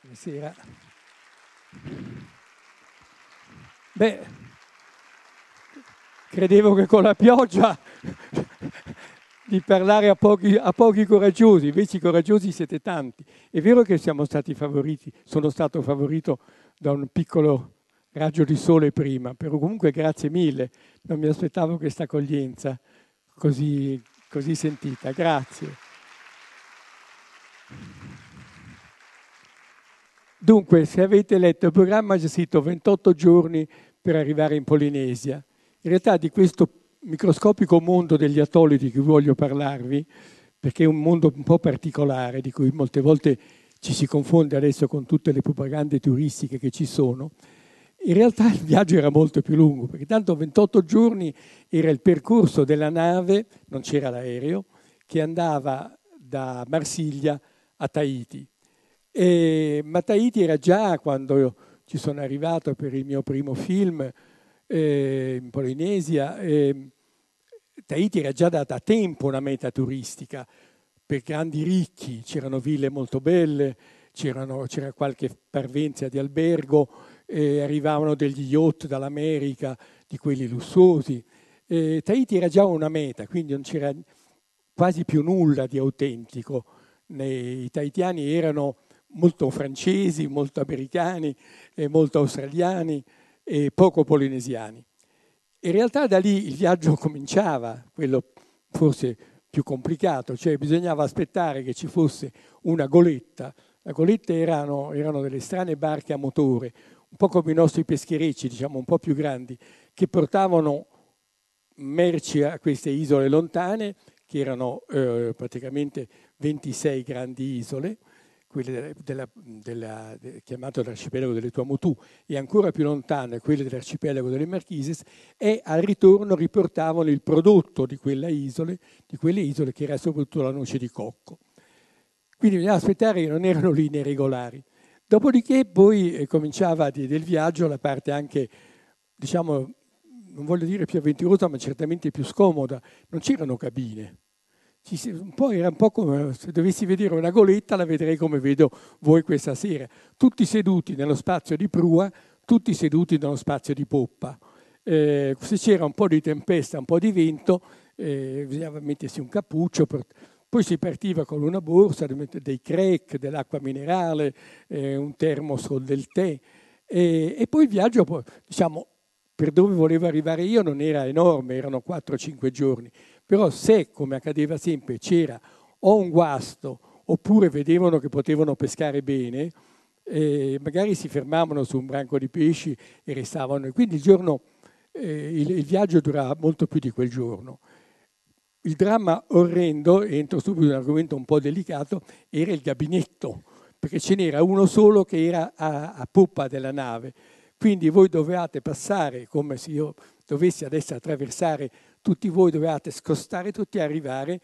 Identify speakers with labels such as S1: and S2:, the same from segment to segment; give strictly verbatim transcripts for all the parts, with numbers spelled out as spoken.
S1: Buonasera. Beh, credevo che con la pioggia di parlare a pochi, a pochi coraggiosi, invece i coraggiosi siete tanti. È vero che siamo stati favoriti, sono stato favorito da un piccolo raggio di sole prima, però comunque grazie mille, non mi aspettavo questa accoglienza così, così sentita, grazie. Dunque, se avete letto il programma c'è scritto ventotto giorni per arrivare in Polinesia. In realtà di questo microscopico mondo degli atolli di cui voglio parlarvi, perché è un mondo un po' particolare, di cui molte volte ci si confonde adesso con tutte le propagande turistiche che ci sono, in realtà il viaggio era molto più lungo, perché tanto ventotto giorni era il percorso della nave, non c'era l'aereo, che andava da Marsiglia a Tahiti. E, ma Tahiti era già, quando io ci sono arrivato per il mio primo film eh, in Polinesia, eh, Tahiti era già da, da tempo una meta turistica per grandi ricchi, c'erano ville molto belle, c'erano, c'era qualche parvenza di albergo, eh, arrivavano degli yacht dall'America, di quelli lussuosi. Eh, Tahiti era già una meta, quindi non c'era quasi più nulla di autentico. I tahitiani erano molto francesi, molto americani, eh, molto australiani e poco polinesiani. In realtà da lì il viaggio cominciava, quello forse più complicato, cioè bisognava aspettare che ci fosse una goletta. Le golette erano, erano delle strane barche a motore, un po' come i nostri pescherecci, diciamo un po' più grandi, che portavano merci a queste isole lontane, che erano eh, praticamente ventisei grandi isole, quelle della, della, della, chiamato l'arcipelago delle Tuamotu, e ancora più lontane quelle dell'arcipelago delle Marquises, e al ritorno riportavano il prodotto di, quella isole, di quelle isole, che era soprattutto la noce di cocco. Quindi bisognava aspettare che non erano linee regolari. Dopodiché poi eh, cominciava di, del viaggio la parte anche, diciamo, non voglio dire più avventurosa, ma certamente più scomoda. Non c'erano cabine. Ci, un po', era un po' come se dovessi vedere una goletta, la vedrei come vedo voi questa sera. Tutti seduti nello spazio di prua, tutti seduti nello spazio di poppa. Eh, se c'era un po' di tempesta, un po' di vento, eh, bisognava mettersi un cappuccio. Per, poi si partiva con una borsa, dei crack, dell'acqua minerale, eh, un termos del tè. E, e poi il viaggio, diciamo, per dove volevo arrivare io non era enorme, erano quattro cinque giorni. Però se, come accadeva sempre, c'era o un guasto oppure vedevano che potevano pescare bene, eh, magari si fermavano su un branco di pesci e restavano. E quindi il, giorno, eh, il, il viaggio durava molto più di quel giorno. Il dramma orrendo, entro subito in un argomento un po' delicato, era il gabinetto, perché ce n'era uno solo che era a, a poppa della nave. Quindi voi dovevate passare, come se io dovessi adesso attraversare, tutti voi dovevate scostare tutti e arrivare.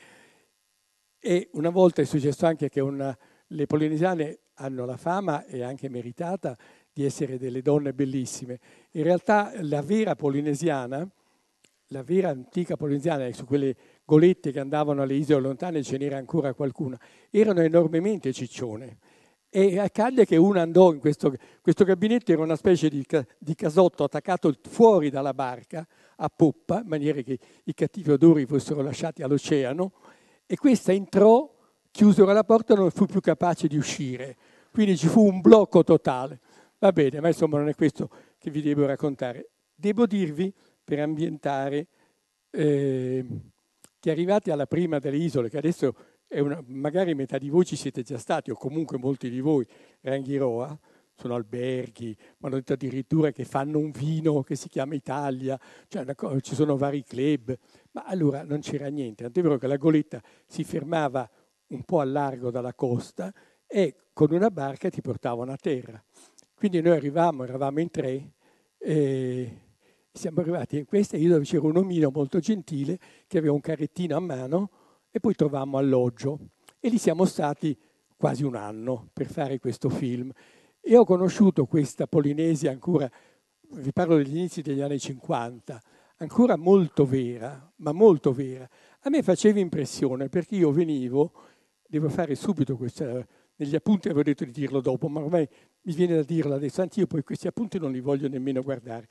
S1: E una volta è successo anche che una, le polinesiane hanno la fama, e anche meritata, di essere delle donne bellissime. In realtà la vera polinesiana, la vera antica polinesiana, su quelle golette che andavano alle isole lontane ce n'era ancora qualcuna, erano enormemente ciccione. E accadde che una andò in questo, questo gabinetto, era una specie di, di casotto attaccato fuori dalla barca, a poppa, in maniera che i cattivi odori fossero lasciati all'oceano, e questa entrò, chiusero la porta e non fu più capace di uscire. Quindi ci fu un blocco totale. Va bene, ma insomma non è questo che vi devo raccontare. Devo dirvi, per ambientare, eh, che arrivati alla prima delle isole, che adesso è una, magari metà di voi ci siete già stati, o comunque molti di voi, Rangiroa, sono alberghi, mi hanno detto addirittura che fanno un vino che si chiama Italia, cioè una, ci sono vari club, ma allora non c'era niente, tant'è vero che la goletta si fermava un po' a largo dalla costa e con una barca ti portavano a terra. Quindi noi arrivavamo, eravamo in tre, e siamo arrivati in questa isola dove c'era un omino molto gentile che aveva un carrettino a mano, e poi trovammo alloggio. E lì siamo stati quasi un anno per fare questo film. E ho conosciuto questa Polinesia ancora, vi parlo degli inizi degli anni cinquanta, ancora molto vera, ma molto vera. A me faceva impressione perché io venivo, devo fare subito questa negli appunti avevo detto di dirlo dopo, ma ormai mi viene da dirlo adesso, anzi io poi questi appunti non li voglio nemmeno guardare.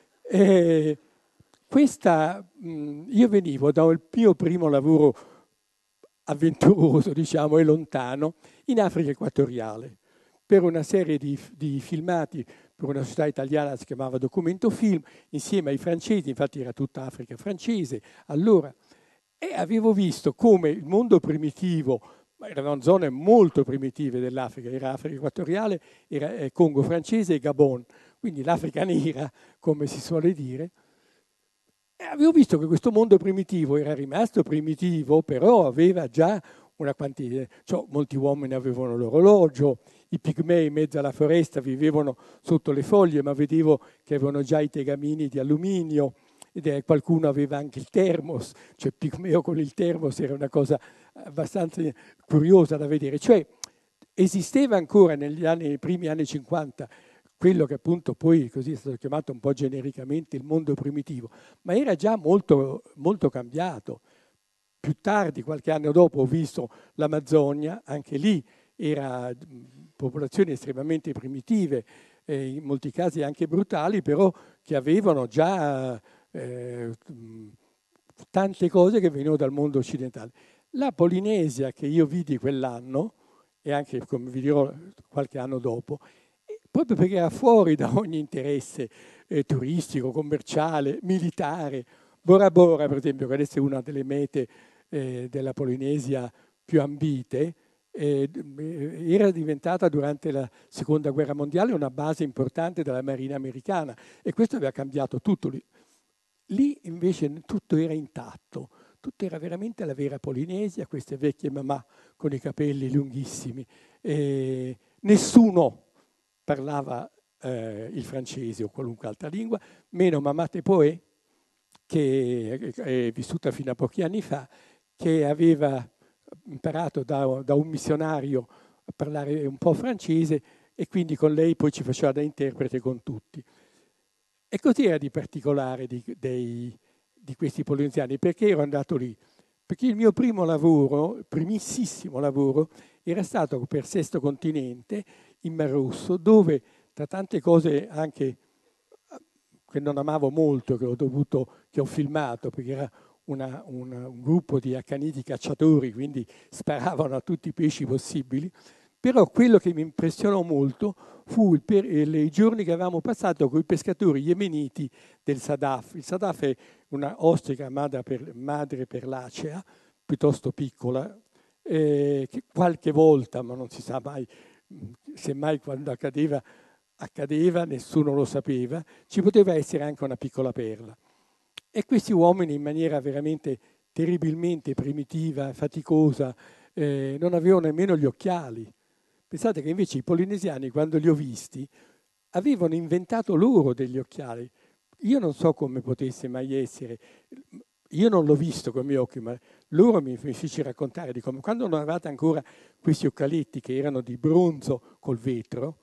S1: E questa, mh, io venivo da un mio primo lavoro avventuroso, diciamo, e lontano, in Africa Equatoriale, per una serie di, di filmati, per una società italiana che si chiamava Documento Film, insieme ai francesi, infatti era tutta Africa francese, allora, e avevo visto come il mondo primitivo, ma erano zone molto primitive dell'Africa, era Africa Equatoriale, era eh, Congo francese e Gabon, quindi l'Africa nera, come si suole dire. E avevo visto che questo mondo primitivo era rimasto primitivo, però aveva già una quantità, cioè, molti uomini avevano l'orologio, i pigmei in mezzo alla foresta vivevano sotto le foglie, ma vedevo che avevano già i tegamini di alluminio, ed è, qualcuno aveva anche il termos, cioè pigmeo con il termos era una cosa abbastanza curiosa da vedere. Cioè esisteva ancora negli anni, nei primi anni cinquanta, quello che appunto poi così è stato chiamato un po' genericamente il mondo primitivo, ma era già molto, molto cambiato. Più tardi, qualche anno dopo, ho visto l'Amazzonia, anche lì era popolazioni estremamente primitive, eh, in molti casi anche brutali, però che avevano già eh, tante cose che venivano dal mondo occidentale. La Polinesia che io vidi quell'anno, e anche come vi dirò qualche anno dopo, proprio perché era fuori da ogni interesse eh, turistico, commerciale, militare. Bora Bora, per esempio, che adesso è una delle mete eh, della Polinesia più ambite, eh, era diventata durante la Seconda Guerra Mondiale una base importante della Marina americana e questo aveva cambiato tutto lì. Lì invece tutto era intatto, tutto era veramente la vera Polinesia, queste vecchie mamà con i capelli lunghissimi. E nessuno parlava eh, il francese o qualunque altra lingua, meno Mamà Tepoé, che è vissuta fino a pochi anni fa, che aveva imparato da, da un missionario a parlare un po' francese e quindi con lei poi ci faceva da interprete con tutti. E così era di particolare di, dei, di questi polinesiani. Perché ero andato lì? Perché il mio primo lavoro, il primissimo lavoro, era stato per Sesto Continente in Mar Rosso, dove tra tante cose anche che non amavo molto, che ho dovuto, che ho filmato, perché era una, una, un gruppo di accaniti cacciatori, quindi sparavano a tutti i pesci possibili, però quello che mi impressionò molto fu il per, eh, i giorni che avevamo passato con i pescatori yemeniti del Sadaf. Il Sadaf è una ostrica madre per, madre perlacea, piuttosto piccola, eh, che qualche volta, ma non si sa mai, semmai quando accadeva, accadeva, nessuno lo sapeva, ci poteva essere anche una piccola perla. E questi uomini in maniera veramente terribilmente primitiva, faticosa, eh, non avevano nemmeno gli occhiali. Pensate che invece i polinesiani, quando li ho visti, avevano inventato loro degli occhiali. Io non so come potesse mai essere, io non l'ho visto con i miei occhi, ma loro mi, mi fece raccontare di come, quando non avevate ancora questi occhialetti che erano di bronzo col vetro,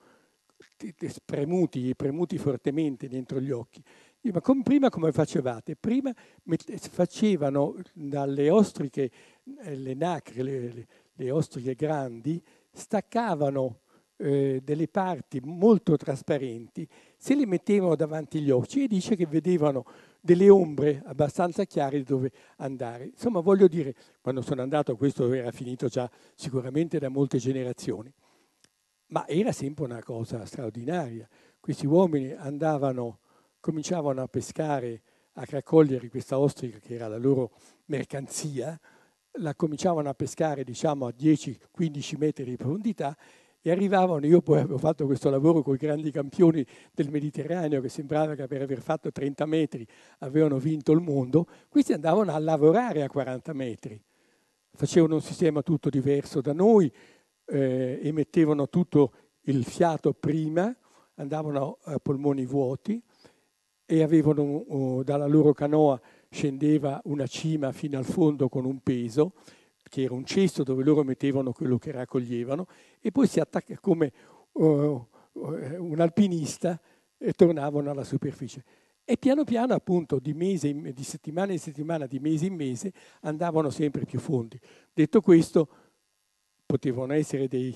S1: premuti, premuti fortemente dentro gli occhi. Io, ma com, prima come facevate? Prima met, facevano dalle ostriche, le nacre, le, le, le ostriche grandi, staccavano eh, delle parti molto trasparenti, se le mettevano davanti agli occhi e dice che vedevano delle ombre abbastanza chiare dove andare. Insomma, voglio dire, quando sono andato, questo era finito già sicuramente da molte generazioni, ma era sempre una cosa straordinaria. Questi uomini andavano, cominciavano a pescare, a raccogliere questa ostrica che era la loro mercanzia, la cominciavano a pescare diciamo a dieci quindici metri di profondità e arrivavano, io poi avevo fatto questo lavoro con i grandi campioni del Mediterraneo che sembrava che per aver fatto trenta metri avevano vinto il mondo, questi andavano a lavorare a quaranta metri, facevano un sistema tutto diverso da noi, eh, emettevano tutto il fiato prima, andavano a polmoni vuoti e avevano uh, dalla loro canoa scendeva una cima fino al fondo con un peso, che era un cesto dove loro mettevano quello che raccoglievano, e poi si attacca come uh, un alpinista e tornavano alla superficie. E piano piano, appunto, di, mese in, di settimana in settimana, di mese in mese, andavano sempre più fondi. Detto questo, potevano essere dei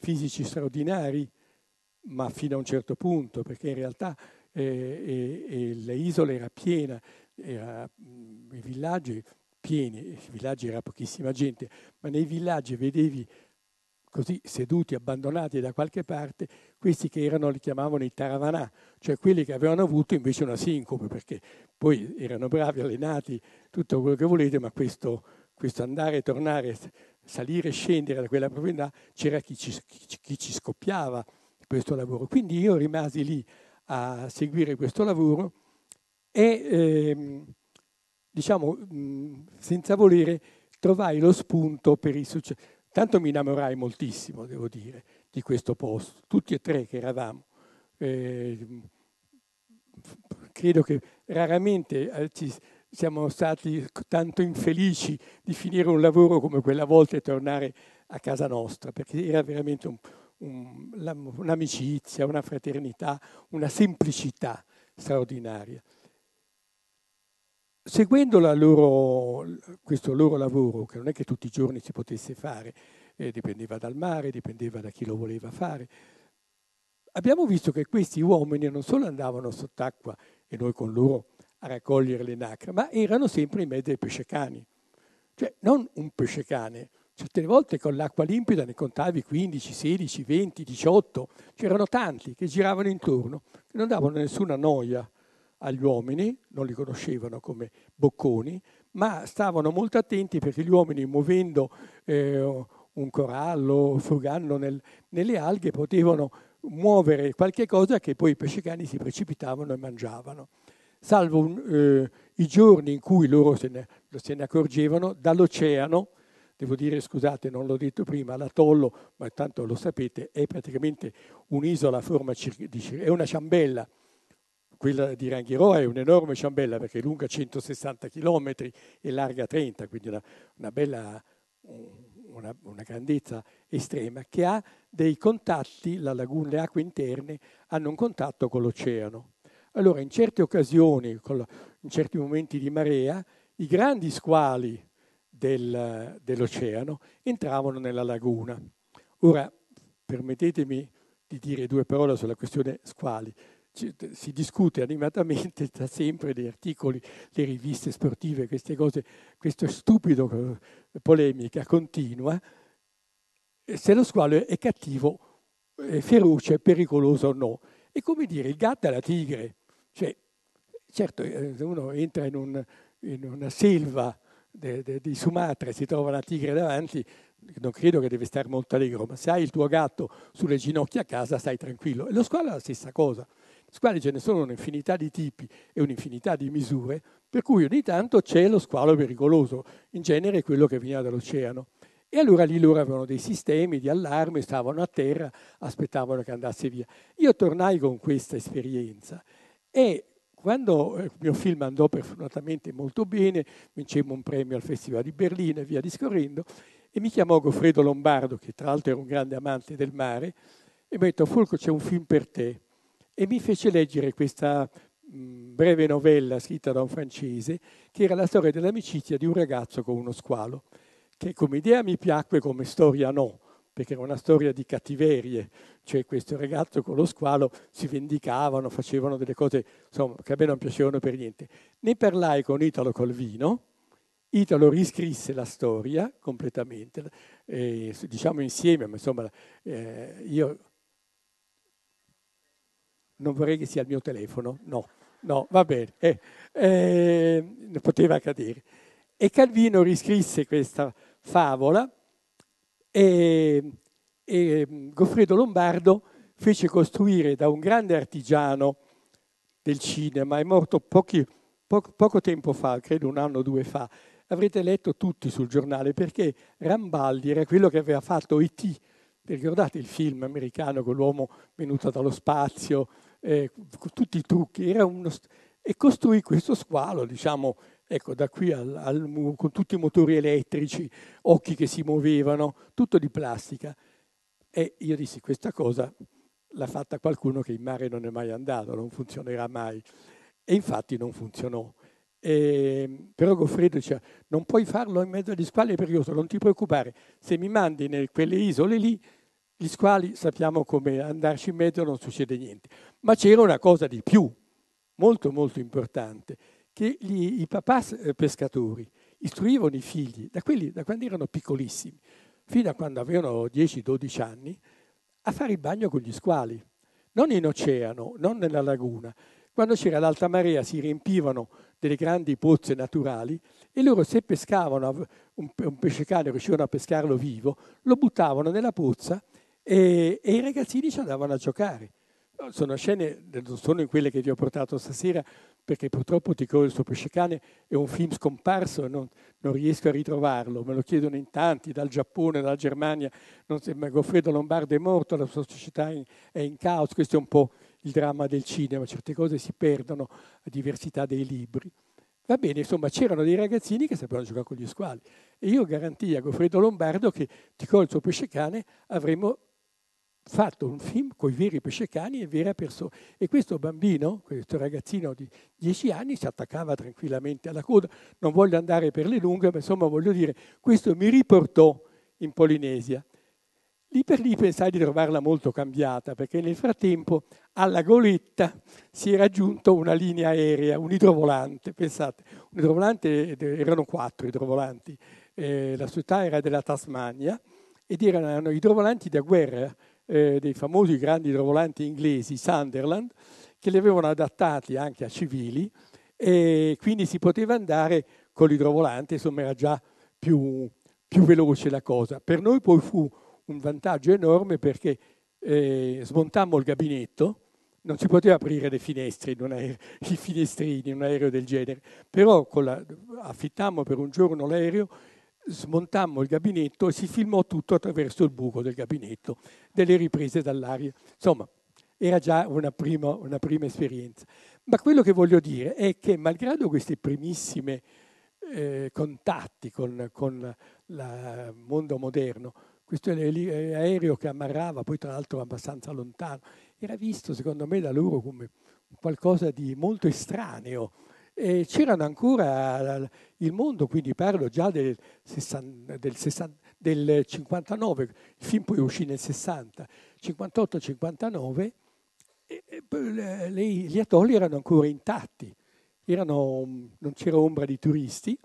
S1: fisici straordinari, ma fino a un certo punto, perché in realtà eh, e, e le isole era piena, era, mh, i villaggi pieni, i villaggi era pochissima gente, ma nei villaggi vedevi così seduti, abbandonati da qualche parte, questi che erano, li chiamavano i taravanà, cioè quelli che avevano avuto invece una sincope, perché poi erano bravi, allenati, tutto quello che volete, ma questo, questo andare e tornare, salire e scendere da quella proprietà, c'era chi ci, chi, chi ci scoppiava questo lavoro. Quindi io rimasi lì a seguire questo lavoro e, ehm, diciamo, mh, senza volere, trovai lo spunto per il successo. Tanto mi innamorai moltissimo, devo dire, di questo posto, tutti e tre che eravamo. Eh, credo che raramente eh, ci siamo stati tanto infelici di finire un lavoro come quella volta e tornare a casa nostra, perché era veramente un, un, la, un'amicizia, una fraternità, una semplicità straordinaria. Seguendo la loro, questo loro lavoro, che non è che tutti i giorni si potesse fare, eh, dipendeva dal mare, dipendeva da chi lo voleva fare, abbiamo visto che questi uomini non solo andavano sott'acqua e noi con loro a raccogliere le nacre, ma erano sempre in mezzo ai pescecani. Cioè non un pescecane, certe volte con l'acqua limpida ne contavi quindici, sedici, venti, diciotto, c'erano tanti che giravano intorno, che non davano nessuna noia agli uomini, non li conoscevano come bocconi, ma stavano molto attenti perché gli uomini, muovendo eh, un corallo, frugando nel, nelle alghe, potevano muovere qualche cosa che poi i pescecani si precipitavano e mangiavano. Salvo un, eh, i giorni in cui loro se ne, se ne accorgevano dall'oceano. Devo dire, scusate, non l'ho detto prima, l'atollo, ma tanto lo sapete, è praticamente un'isola a forma di, è una ciambella. Quella di Rangiroa è un'enorme ciambella perché è lunga centosessanta chilometri e larga trenta, quindi una, una bella, una, una grandezza estrema, che ha dei contatti, la laguna, le acque interne hanno un contatto con l'oceano. Allora, in certe occasioni, in certi momenti di marea, i grandi squali del, dell'oceano entravano nella laguna. Ora, permettetemi di dire due parole sulla questione squali. Si discute animatamente da sempre degli articoli, le riviste sportive, queste cose, questa stupida polemica continua, se lo squalo è cattivo, è feroce, pericoloso o no. È come dire il gatto e la tigre. Cioè, certo, uno entra in, un, in una selva de, de, di Sumatra e si trova una tigre davanti, non credo che deve stare molto allegro, ma se hai il tuo gatto sulle ginocchia a casa stai tranquillo. E lo squalo è la stessa cosa. Squali ce ne sono un'infinità di tipi e un'infinità di misure, per cui ogni tanto c'è lo squalo pericoloso, in genere quello che veniva dall'oceano. E allora lì loro avevano dei sistemi di allarme, stavano a terra, aspettavano che andasse via. Io tornai con questa esperienza e quando il mio film andò fortunatamente molto bene, vincemmo un premio al Festival di Berlino e via discorrendo, e mi chiamò Goffredo Lombardo, che tra l'altro era un grande amante del mare, e mi ha detto: Fulco, c'è un film per te. E mi fece leggere questa mh, breve novella scritta da un francese, che era la storia dell'amicizia di un ragazzo con uno squalo, che come idea mi piacque, come storia no, perché era una storia di cattiverie, cioè questo ragazzo con lo squalo si vendicavano, facevano delle cose insomma, che a me non piacevano per niente. Ne parlai con Italo Calvino, Italo riscrisse la storia completamente, eh, diciamo insieme, ma insomma eh, io non vorrei che sia il mio telefono, no, no, va bene, eh, eh, ne poteva accadere. E Calvino riscrisse questa favola e, e Goffredo Lombardo fece costruire da un grande artigiano del cinema, è morto pochi, poco, poco tempo fa, credo un anno o due fa, avrete letto tutti sul giornale, perché Rambaldi era quello che aveva fatto E T, ricordate il film americano con l'uomo venuto dallo spazio, eh, con tutti i trucchi, era uno, e costruì questo squalo, diciamo, ecco, da qui al, al, con tutti i motori elettrici, occhi che si muovevano, tutto di plastica. E io dissi, questa cosa l'ha fatta qualcuno che in mare non è mai andato, non funzionerà mai. E infatti non funzionò. E, però Goffredo diceva, non puoi farlo in mezzo agli squali, è pericoloso, non ti preoccupare, se mi mandi in quelle isole lì, Gli squali sappiamo come andarci in mezzo non succede niente. Ma c'era una cosa di più, molto molto importante, che gli, i papà pescatori istruivano i figli, da, quelli, da quando erano piccolissimi, fino a quando avevano dieci dodici anni, a fare il bagno con gli squali. Non in oceano, non nella laguna. Quando c'era l'alta marea si riempivano delle grandi pozze naturali e loro, se pescavano un, un pesce cane, riuscivano a pescarlo vivo, lo buttavano nella pozza e, e i ragazzini ci andavano a giocare. Sono scene, non sono in quelle che vi ho portato stasera, perché purtroppo Ticò e il suo pesce cane è un film scomparso e non, non riesco a ritrovarlo. Me lo chiedono in tanti, dal Giappone, dalla Germania. Non so, Goffredo Lombardo è morto, la sua società è in caos. Questo è un po' il dramma del cinema, certe cose si perdono a diversità dei libri. Va bene, insomma, c'erano dei ragazzini che sapevano giocare con gli squali. E io garantii a Goffredo Lombardo che Ticò e il suo pesce cane avremmo fatto un film con i veri pescecani e vera persona. E questo bambino, questo ragazzino di dieci anni, si attaccava tranquillamente alla coda. Non voglio andare per le lunghe, ma insomma voglio dire, questo mi riportò in Polinesia. Lì per lì pensai di trovarla molto cambiata, perché nel frattempo alla Goletta si era aggiunto una linea aerea, un idrovolante. Pensate, un idrovolante, erano quattro idrovolanti, eh, la società era della Tasmania ed erano idrovolanti da guerra, Eh, dei famosi grandi idrovolanti inglesi, Sunderland, che li avevano adattati anche a civili e quindi si poteva andare con l'idrovolante, insomma era già più, più veloce la cosa. Per noi poi fu un vantaggio enorme perché eh, smontammo il gabinetto, non si poteva aprire le finestre in un aereo, i finestrini in un aereo del genere, però con la, affittammo per un giorno l'aereo, smontammo il gabinetto e si filmò tutto attraverso il buco del gabinetto, delle riprese dall'aria. Insomma, era già una prima, una prima esperienza. Ma quello che voglio dire è che, malgrado questi primissimi eh, contatti con, con il mondo moderno, questo aereo che ammarrava, poi tra l'altro abbastanza lontano, era visto secondo me da loro come qualcosa di molto estraneo. E c'erano ancora il mondo, quindi parlo già del, sessanta, del, sessanta, del cinquantanove, il film poi uscì nel sessanta, cinquantotto cinquantanove, e, e, le, gli atolli erano ancora intatti, erano, non c'era ombra di turisti,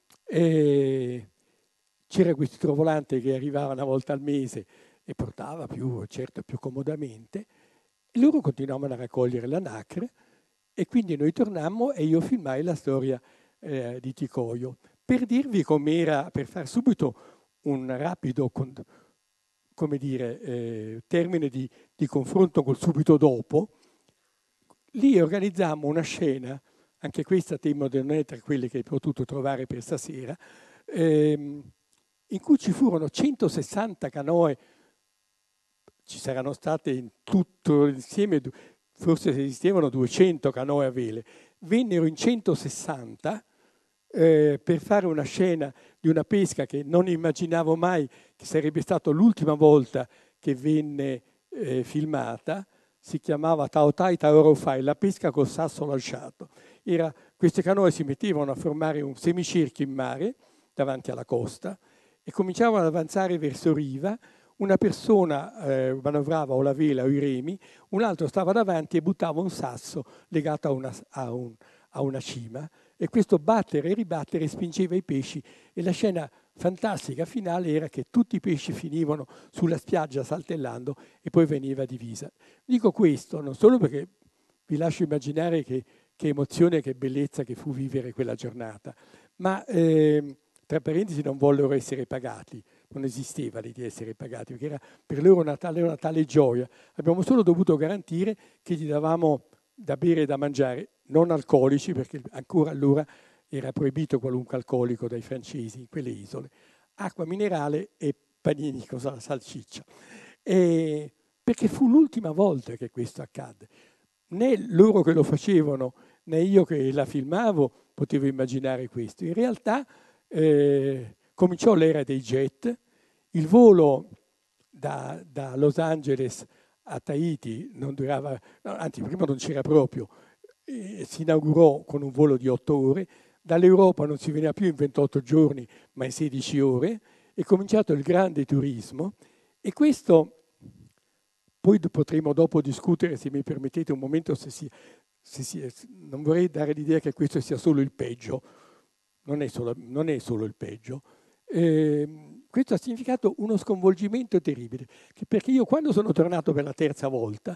S1: e c'era questo idrovolante che arrivava una volta al mese e portava più, certo, più comodamente, e loro continuavano a raccogliere la nacre. E quindi noi tornammo e io filmai la storia eh, di Ticoio. Per dirvi com'era, per far subito un rapido, con, come dire, eh, termine di, di confronto col subito dopo, lì organizzammo una scena, anche questa temo di non è tra quelle che hai potuto trovare per stasera, ehm, in cui ci furono centosessanta canoe, ci saranno state in tutto insieme forse esistevano duecento canoe a vele, vennero in centosessanta eh, per fare una scena di una pesca che non immaginavo mai che sarebbe stata l'ultima volta che venne eh, filmata. Si chiamava Taotai Taorofai, la pesca col sasso lasciato. Era, queste canoe si mettevano a formare un semicerchio in mare davanti alla costa e cominciavano ad avanzare verso riva. Una persona eh, manovrava o la vela o i remi, un altro stava davanti e buttava un sasso legato a una, a un, a una cima, e questo battere e ribattere spingeva i pesci, e la scena fantastica finale era che tutti i pesci finivano sulla spiaggia saltellando e poi veniva divisa. Dico questo non solo perché vi lascio immaginare che, che emozione, che bellezza che fu vivere quella giornata, ma eh, tra parentesi non vollero essere pagati. Non esisteva l'idea di essere pagati, perché era per loro una tale, una tale gioia. Abbiamo solo dovuto garantire che gli davamo da bere e da mangiare, non alcolici, perché ancora allora era proibito qualunque alcolico dai francesi in quelle isole. Acqua minerale e panini con la salsiccia. E perché fu l'ultima volta che questo accadde. Né loro che lo facevano, né io che la filmavo potevo immaginare questo. In realtà eh, cominciò l'era dei jet, il volo da, da Los Angeles a Tahiti non durava, no, anzi prima non c'era proprio, eh, si inaugurò con un volo di otto ore, dall'Europa non si veniva più in ventotto giorni ma in sedici ore, è cominciato il grande turismo, e questo Poi potremo dopo discutere, se mi permettete un momento, se si, se si, non vorrei dare l'idea che questo sia solo il peggio, non è solo, non è solo il peggio. Eh, questo ha significato uno sconvolgimento terribile, che perché io quando sono tornato per la terza volta,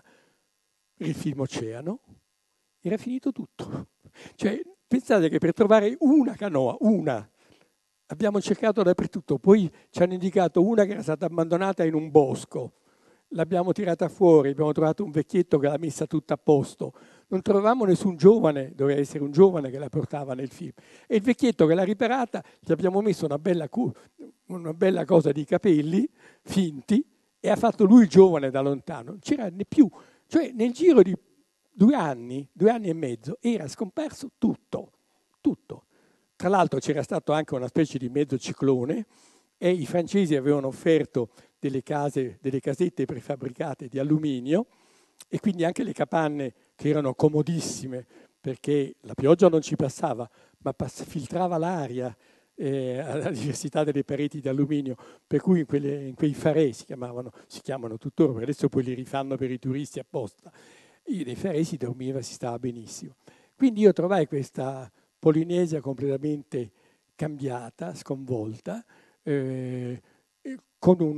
S1: il film Oceano, era finito tutto. Cioè, pensate che per trovare una canoa, una, abbiamo cercato dappertutto, poi ci hanno indicato una che era stata abbandonata in un bosco, l'abbiamo tirata fuori, abbiamo trovato un vecchietto che l'ha messa tutta a posto, non trovavamo nessun giovane, doveva essere un giovane che la portava nel film, e il vecchietto che l'ha riparata gli abbiamo messo una bella, una bella cosa di capelli finti e ha fatto lui il giovane da lontano, non c'era né più, cioè nel giro di due anni, due anni e mezzo era scomparso tutto, tutto. Tra l'altro c'era stato anche una specie di mezzo ciclone e i francesi avevano offerto delle case, delle casette prefabbricate di alluminio e quindi anche le capanne che erano comodissime perché la pioggia non ci passava, ma pass- filtrava l'aria eh, alla diversità delle pareti di alluminio, per cui in, quelle, in quei farè si chiamavano, si chiamano tuttora, perché adesso poi li rifanno per i turisti apposta. Io nei farè si dormiva, si stava benissimo. Quindi io trovai questa Polinesia completamente cambiata, sconvolta, eh, con un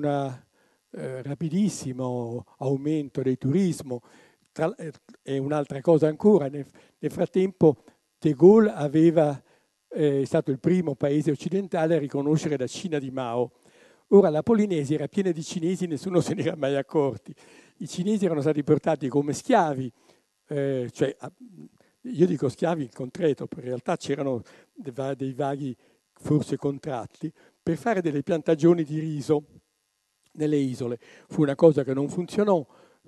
S1: eh, rapidissimo aumento del turismo. Tra, eh, e un'altra cosa ancora, nel, nel frattempo De Gaulle aveva, eh, è stato il primo paese occidentale a riconoscere la Cina di Mao. Ora la Polinesia era piena di cinesi, nessuno se ne era mai accorti. I cinesi erano stati portati come schiavi, eh, cioè io dico schiavi in concreto, perché in realtà c'erano dei vaghi, forse contratti, per fare delle piantagioni di riso nelle isole. Fu una cosa che non funzionò,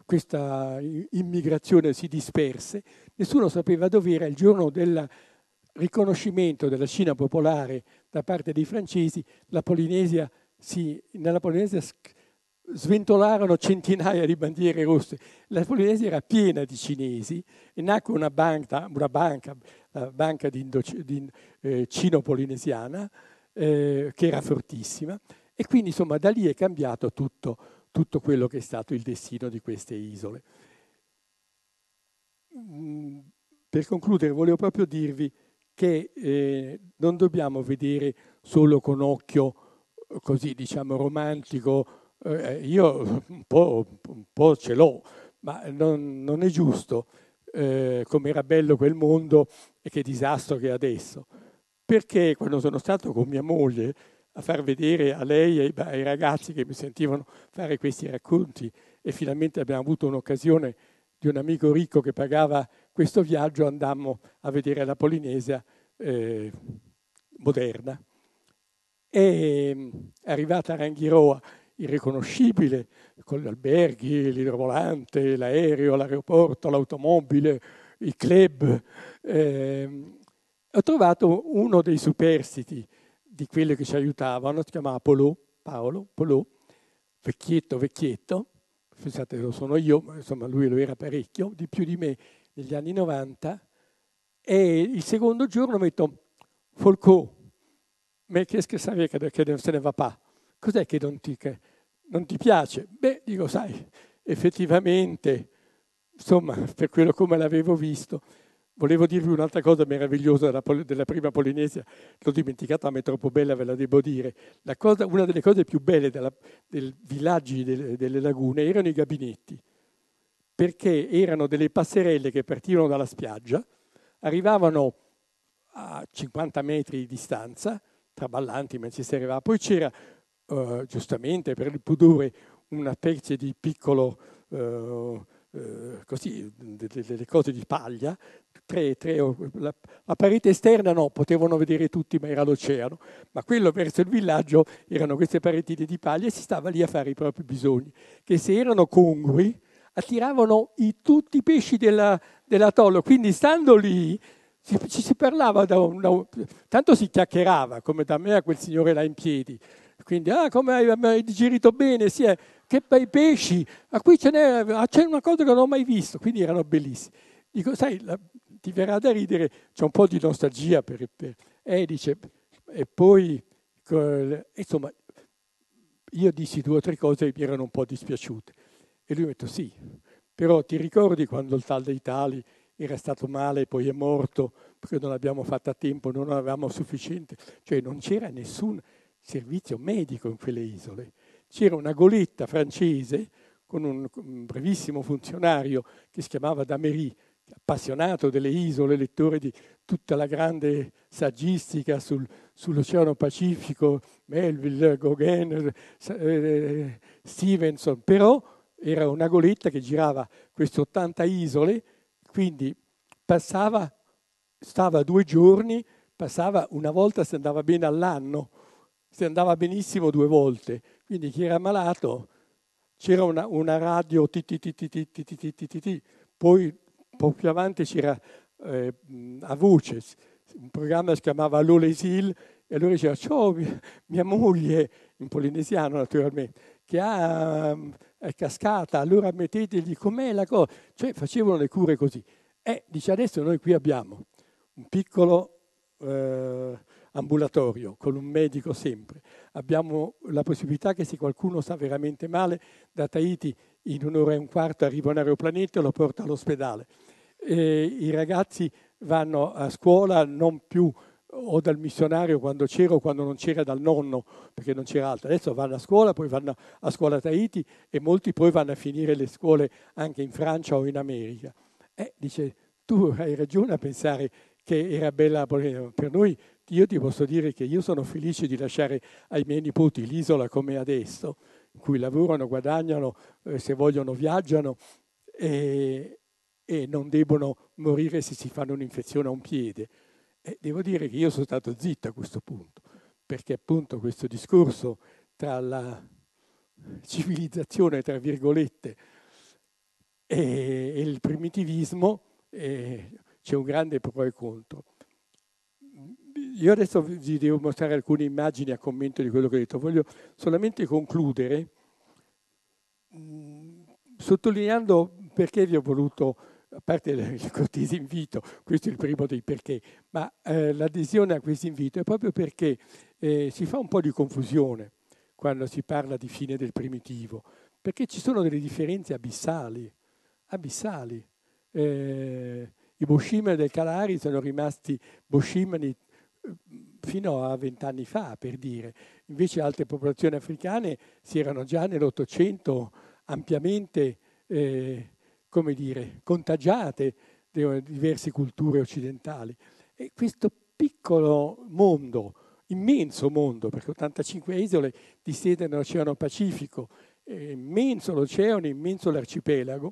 S1: questa immigrazione si disperse, nessuno sapeva dove era. Il giorno del riconoscimento della Cina popolare da parte dei francesi, la Polinesia si, nella Polinesia sventolarono centinaia di bandiere rosse. La Polinesia era piena di cinesi e nacque una banca, una banca la banca di, Indo, di eh, cino-polinesiana, eh, che era fortissima, e quindi insomma da lì è cambiato tutto, tutto quello che è stato il destino di queste isole. Mm, per concludere volevo proprio dirvi che eh, non dobbiamo vedere solo con occhio così diciamo romantico. Eh, io un po', un po' ce l'ho, ma non, non è giusto, eh, come era bello quel mondo e che disastro che è adesso. Perché quando sono stato con mia moglie a far vedere a lei e ai, ai ragazzi che mi sentivano fare questi racconti e finalmente abbiamo avuto un'occasione di un amico ricco che pagava questo viaggio, andammo a vedere la Polinesia eh, moderna. E arrivata a Ranghiroa, irriconoscibile, con gli alberghi, l'idrovolante, l'aereo, l'aeroporto, l'automobile, i club, eh, ho trovato uno dei superstiti di quelli che ci aiutavano, si chiamava Polò, Paolo, Polò, vecchietto, vecchietto, pensate lo sono io, ma insomma lui lo era parecchio, di più di me negli anni novanta, e il secondo giorno metto Folco, ma qu'est-ce que ça che, che non se ne va pas? Cos'è che non ti, che non ti piace? Beh, dico, sai, effettivamente, insomma, per quello come l'avevo visto, volevo dirvi un'altra cosa meravigliosa della, della prima Polinesia, l'ho dimenticata, ma è troppo bella, ve la devo dire. La cosa, una delle cose più belle della, dei villaggi delle, delle lagune erano i gabinetti, perché erano delle passerelle che partivano dalla spiaggia, arrivavano a cinquanta metri di distanza, traballanti mentre si arrivava. Poi c'era, uh, giustamente per il pudore, una specie di piccolo, uh, uh, così, delle, delle cose di paglia, tre, tre, la, la parete esterna no, potevano vedere tutti, ma era l'oceano, ma quello verso il villaggio erano queste paretine di paglia e si stava lì a fare i propri bisogni, che se erano congrui attiravano i, tutti i pesci della, dell'atollo, quindi stando lì ci si parlava, da un, da un, tanto si chiacchierava, come da me a quel signore là in piedi. Quindi, ah, come hai, hai digerito bene, sì, eh, che bei pesci, ma qui ce n'è, c'è una cosa che non ho mai visto, quindi erano bellissimi. Dico, sai, la, ti verrà da ridere, c'è un po' di nostalgia, per, per, eh, dice, e poi, insomma, io dissi due o tre cose che mi erano un po' dispiaciute. E lui mi ha detto sì, però ti ricordi quando il tal dei tali era stato male e poi è morto perché non l'abbiamo fatto a tempo, non avevamo sufficiente, cioè non c'era nessun servizio medico in quelle isole. C'era una goletta francese con un, un brevissimo funzionario che si chiamava Damery, appassionato delle isole, lettore di tutta la grande saggistica sul, sull'Oceano Pacifico, Melville, Gauguin, eh, Stevenson, però era una goletta che girava queste ottanta isole, quindi passava, stava due giorni, passava una volta se andava bene all'anno, se andava benissimo due volte, quindi chi era malato c'era una, una radio ti, ti, ti, ti, ti, ti, ti, ti, ti, ti, ti. Poi un po' più avanti c'era eh, a voce un programma che si chiamava L'Olesil e allora diceva ciao mia, mia moglie, in polinesiano naturalmente, che ha, è cascata, allora mettetegli com'è la cosa, cioè facevano le cure così. E dice adesso noi qui abbiamo un piccolo eh, ambulatorio con un medico sempre, abbiamo la possibilità che se qualcuno sta veramente male da Tahiti in un'ora e un quarto arriva un aeroplaneta e lo porta all'ospedale. E i ragazzi vanno a scuola non più o dal missionario quando c'era o quando non c'era dal nonno, perché non c'era altro. Adesso vanno a scuola, poi vanno a scuola a Tahiti e molti poi vanno a finire le scuole anche in Francia o in America. E dice, tu hai ragione a pensare che era bella per noi. Io ti posso dire che io sono felice di lasciare ai miei nipoti l'isola come adesso, in cui lavorano, guadagnano, eh, se vogliono viaggiano e, e non debbono morire se si fanno un'infezione a un piede. E devo dire che io sono stato zitto a questo punto, perché appunto questo discorso tra la civilizzazione, tra virgolette, e, e il primitivismo, eh, c'è un grande pro e contro. Io adesso vi devo mostrare alcune immagini a commento di quello che ho detto. Voglio solamente concludere mh, sottolineando perché vi ho voluto, a parte il cortese invito, questo è il primo dei perché, ma eh, l'adesione a questo invito è proprio perché eh, si fa un po' di confusione quando si parla di fine del primitivo, perché ci sono delle differenze abissali, abissali. Eh, I boscimani del Kalahari sono rimasti boscimani fino a vent'anni fa, per dire. Invece altre popolazioni africane si erano già nell'Ottocento ampiamente, eh, come dire, contagiate da diverse culture occidentali. E questo piccolo mondo, immenso mondo, perché ottantacinque isole di sede nell'Oceano Pacifico, eh, immenso l'oceano, immenso l'arcipelago,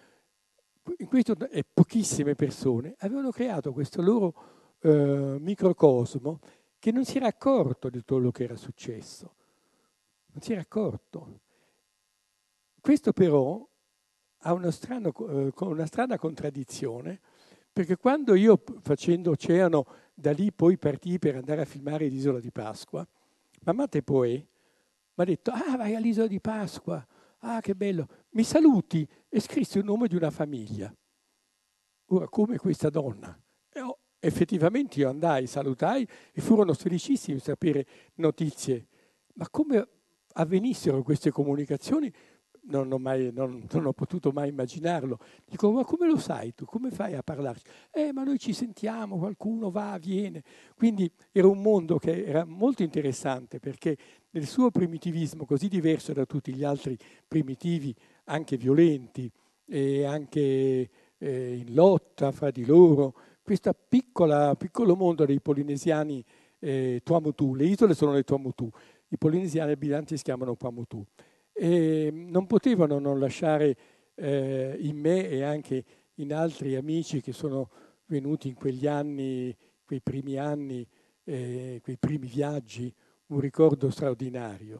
S1: in questo e pochissime persone avevano creato questo loro eh, microcosmo che non si era accorto di tutto quello che era successo. Non si era accorto. Questo però ha una strana, eh, una strana contraddizione, perché quando io facendo oceano da lì poi partii per andare a filmare l'Isola di Pasqua, Mamma Tepoe mi ha detto, ah vai all'Isola di Pasqua, ah che bello, mi saluti, e scrisse il nome di una famiglia. Ora, come questa donna? E oh, effettivamente io andai, salutai e furono felicissimi di sapere notizie. Ma come avvenissero queste comunicazioni non ho, mai, non, non ho potuto mai immaginarlo. Dico, ma come lo sai tu? Come fai a parlarci? Eh, ma noi ci sentiamo, qualcuno va, viene. Quindi era un mondo che era molto interessante perché nel suo primitivismo, così diverso da tutti gli altri primitivi, anche violenti e anche eh, in lotta fra di loro, questo piccolo mondo dei polinesiani eh, Tuamotu, le isole sono le Tuamotu, i polinesiani abitanti si chiamano Tuamotu. E non potevano non lasciare eh, in me e anche in altri amici che sono venuti in quegli anni, quei primi anni, eh, quei primi viaggi, un ricordo straordinario.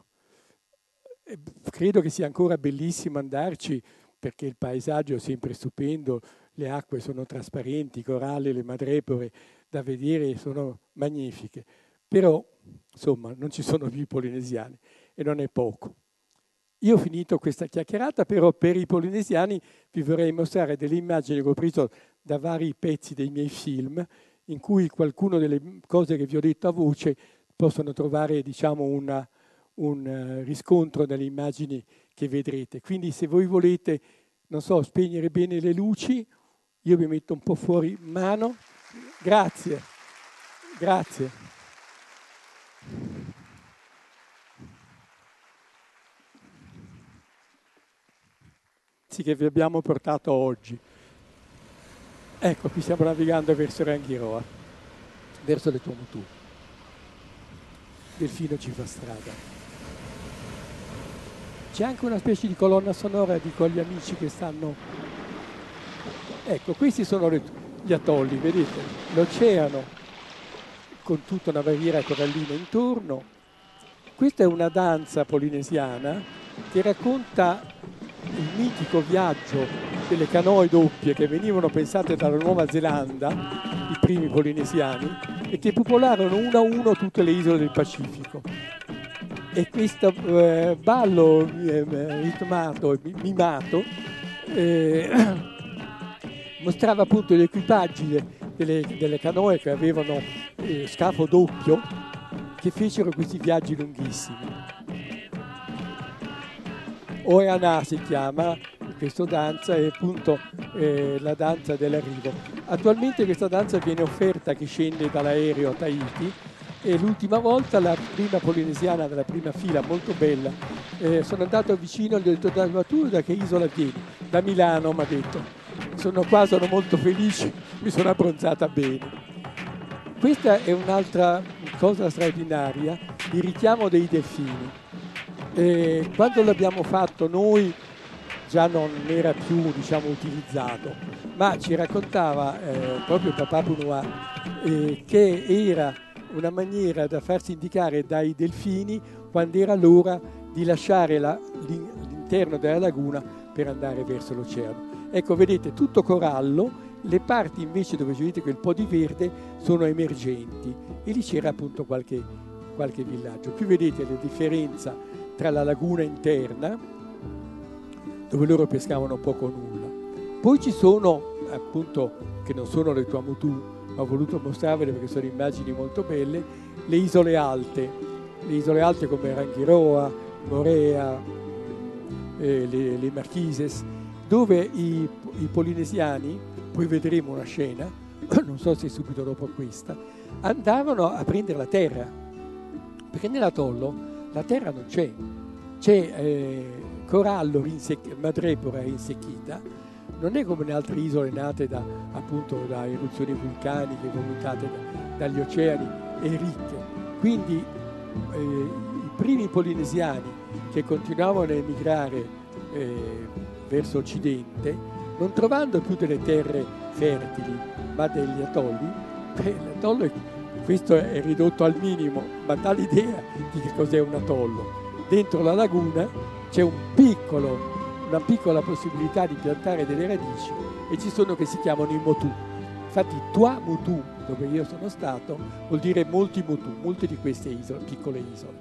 S1: E credo che sia ancora bellissimo andarci perché il paesaggio è sempre stupendo, le acque sono trasparenti, i coralli, le madrepore da vedere sono magnifiche. Però, insomma, non ci sono più i polinesiani e non è poco. Io ho finito questa chiacchierata, però per i polinesiani vi vorrei mostrare delle immagini che ho preso da vari pezzi dei miei film, in cui qualcuno delle cose che vi ho detto a voce possono trovare, diciamo, una, un riscontro nelle immagini che vedrete. Quindi se voi volete, non so, spegnere bene le luci, io vi metto un po' fuori mano. Grazie, grazie. Che vi abbiamo portato oggi. Ecco, qui stiamo navigando verso Ranghiroa, verso le Tuamotu. Delfino ci fa strada. C'è anche una specie di colonna sonora di quegli amici che stanno... Ecco, questi sono le, gli atolli, vedete? L'oceano con tutta una barriera corallina intorno. Questa è una danza polinesiana che racconta il mitico viaggio delle canoe doppie che venivano pensate dalla Nuova Zelanda, i primi polinesiani, e che popolarono uno a uno tutte le isole del Pacifico. E questo eh, ballo eh, ritmato e mimato eh, mostrava appunto gli equipaggi delle, delle canoe che avevano eh, scafo doppio, che fecero questi viaggi lunghissimi. Oeana si chiama questa danza, è appunto eh, la danza dell'arrivo. Attualmente questa danza viene offerta a chi scende dall'aereo a Tahiti, e l'ultima volta la prima polinesiana della prima fila, molto bella, eh, sono andato vicino e gli ho detto: ma tu da che isola vieni? Da Milano, mi ha detto. Sono qua, sono molto felice, mi sono abbronzata bene. Questa è un'altra cosa straordinaria, il richiamo dei delfini. E quando l'abbiamo fatto noi già non era più, diciamo, utilizzato, ma ci raccontava eh, proprio Papà Punua eh, che era una maniera da farsi indicare dai delfini quando era l'ora di lasciare la, l'interno della laguna per andare verso l'oceano. Ecco, vedete, tutto corallo, le parti invece dove vedete quel po' di verde sono emergenti, e lì c'era appunto qualche, qualche villaggio. Qui vedete la differenza tra la laguna interna, dove loro pescavano poco o nulla. Poi ci sono, appunto, che non sono le Tuamotu, ma ho voluto mostrarvele perché sono immagini molto belle, le isole alte. Le isole alte come Ranghiroa, Moorea, eh, le, le Marquises, dove i, i polinesiani, poi vedremo una scena, non so se subito dopo questa, andavano a prendere la terra, perché nell'atollo la terra non c'è, c'è eh, corallo, rinsec- madrepora rinsecchita, non è come in altre isole nate da, appunto, da eruzioni vulcaniche, vomitate da, dagli oceani, e ricche. Quindi eh, i primi polinesiani che continuavano a emigrare eh, verso occidente, non trovando più delle terre fertili, ma degli atolli, beh, l'atollo è, questo è ridotto al minimo, ma dà l'idea di che cos'è un atollo. Dentro la laguna c'è un piccolo, una piccola possibilità di piantare delle radici, e ci sono che si chiamano i motu. Infatti Tuamotu, dove io sono stato, vuol dire molti motu, molte di queste isole, piccole isole.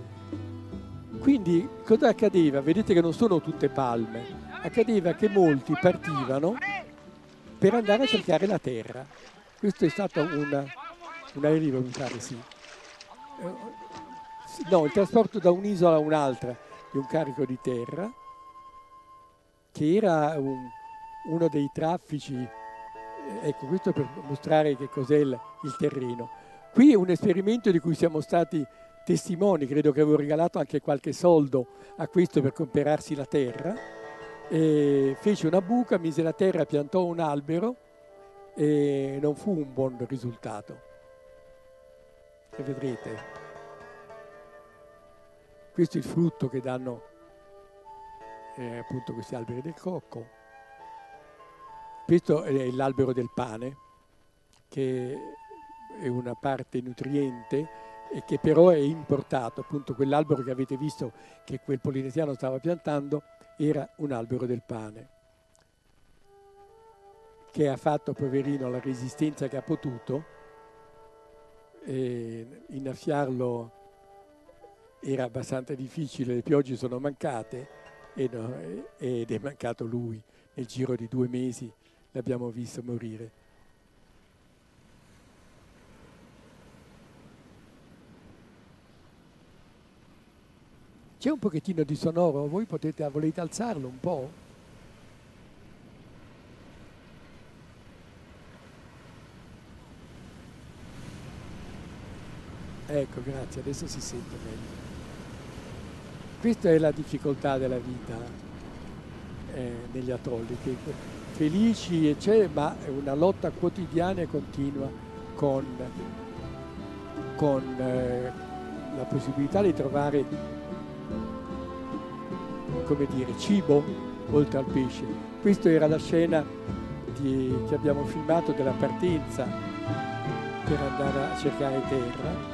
S1: Quindi cosa accadeva? Vedete che non sono tutte palme, accadeva che molti partivano per andare a cercare la terra. Questo è stato una, un arrivo, mi pare, sì. No, il trasporto da un'isola a un'altra di un carico di terra, che era un, uno dei traffici. Ecco, questo per mostrare che cos'è il, il terreno. Qui è un esperimento di cui siamo stati testimoni, credo che avevo regalato anche qualche soldo a questo per comprarsi la terra. E fece una buca, mise la terra, piantò un albero, e non fu un buon risultato. E vedrete. Questo è il frutto che danno eh, appunto questi alberi del cocco. Questo è l'albero del pane, che è una parte nutriente e che però è importato. Appunto quell'albero che avete visto che quel polinesiano stava piantando era un albero del pane, che ha fatto, poverino, la resistenza che ha potuto, e innaffiarlo era abbastanza difficile, le piogge sono mancate e no, ed è mancato lui. Nel giro di due mesi l'abbiamo visto morire. C'è un pochettino di sonoro, voi potete, volete alzarlo un po'? Ecco, grazie, adesso si sente meglio. Questa è la difficoltà della vita eh, negli atolli, che felici c'è, ma è una lotta quotidiana e continua con, con eh, la possibilità di trovare, come dire, cibo oltre al pesce. Questa era la scena di, che abbiamo filmato della partenza per andare a cercare terra.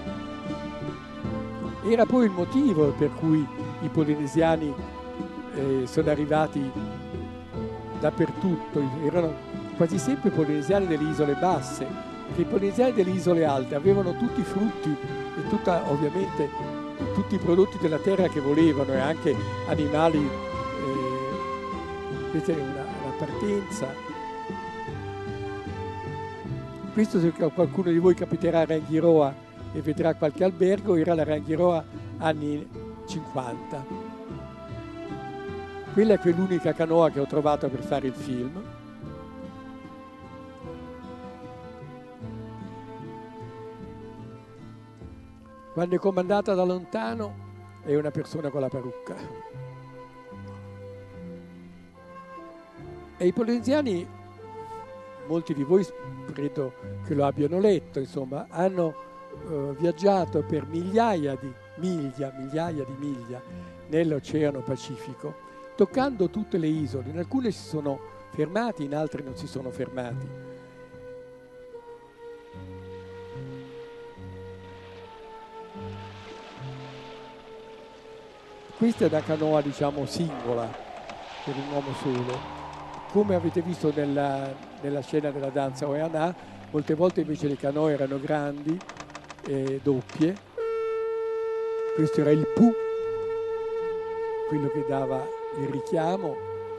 S1: Era poi il motivo per cui i polinesiani eh, sono arrivati dappertutto, erano quasi sempre polinesiani delle isole basse, perché i polinesiani delle isole alte avevano tutti i frutti e tutta, ovviamente tutti i prodotti della terra che volevano e anche animali. Eh, questa è una, una partenza. Questo, se qualcuno di voi capiterà a Rangiroa e vedrà qualche albergo, era la Rangiroa anni cinquanta. Quella è quell'unica canoa che ho trovato per fare il film. Quando è comandata da lontano è una persona con la parrucca. E i polinesiani, molti di voi credo che lo abbiano letto, insomma, hanno Uh, viaggiato per migliaia di miglia, migliaia di miglia nell'Oceano Pacifico, toccando tutte le isole. In alcune si sono fermati, in altre non si sono fermati. Questa è una canoa, diciamo, singola per un uomo solo. Come avete visto nella, nella scena della danza Oeana, molte volte invece le canoe erano grandi, Eh, doppie. Questo era il Pu, quello che dava il richiamo.